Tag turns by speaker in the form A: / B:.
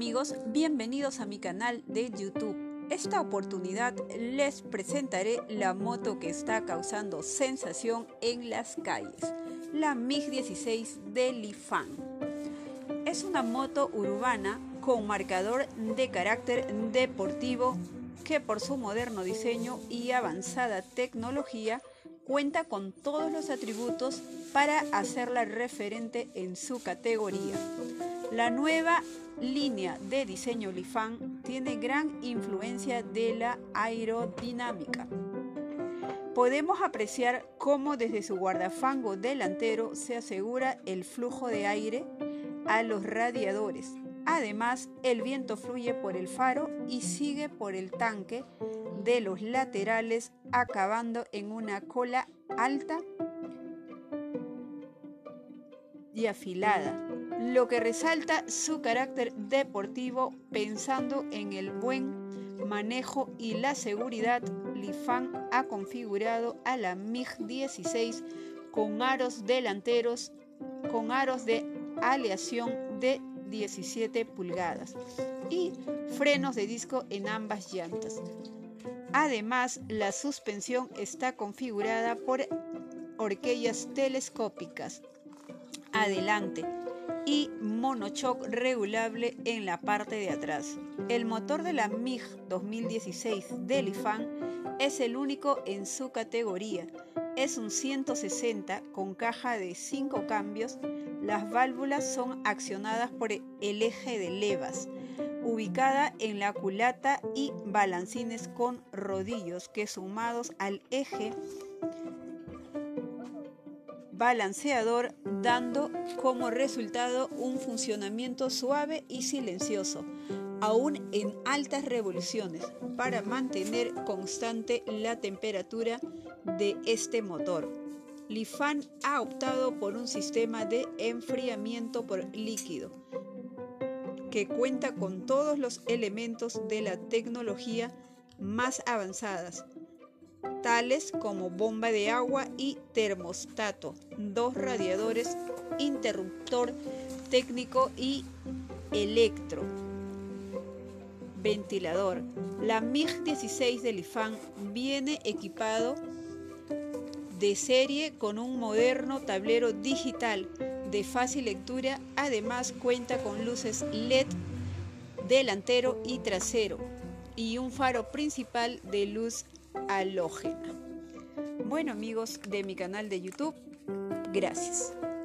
A: amigos, bienvenidos a mi canal de YouTube. Esta oportunidad les presentaré la moto que está causando sensación en las calles, la MiG-16 de Lifan. Es una moto urbana con marcador de carácter deportivo que por su moderno diseño y avanzada tecnología cuenta con todos los atributos para hacerla referente en su categoría. La nueva línea de diseño Lifan tiene gran influencia de la aerodinámica. Podemos apreciar cómo desde su guardafango delantero se asegura el flujo de aire a los radiadores. Además, el viento fluye por el faro y sigue por el tanque de los laterales, acabando en una cola alta y afilada, lo que resalta su carácter deportivo. Pensando en el buen manejo y la seguridad, Lifan ha configurado a la MiG-16 con aros delanteros con aros de aleación de 17 pulgadas y frenos de disco en ambas llantas. Además, la suspensión está configurada por horquillas telescópicas adelante y monochoc regulable en la parte de atrás. El motor de la MiG 2016 de Lifan es el único en su categoría. Es un 160 con caja de 5 cambios. Las válvulas son accionadas por el eje de levas, ubicada en la culata, y balancines con rodillos que, sumados al eje balanceador, dando como resultado un funcionamiento suave y silencioso, aún en altas revoluciones, para mantener constante la temperatura de este motor. Lifan ha optado por un sistema de enfriamiento por líquido que cuenta con todos los elementos de la tecnología más avanzadas, tales como bomba de agua y termostato, 2 radiadores, interruptor técnico y electro ventilador. La MiG-16 de Lifan viene equipado de serie con un moderno tablero digital de fácil lectura. Además, cuenta con luces LED delantero y trasero y un faro principal de luz halógena. Bueno, amigos de mi canal de YouTube, gracias.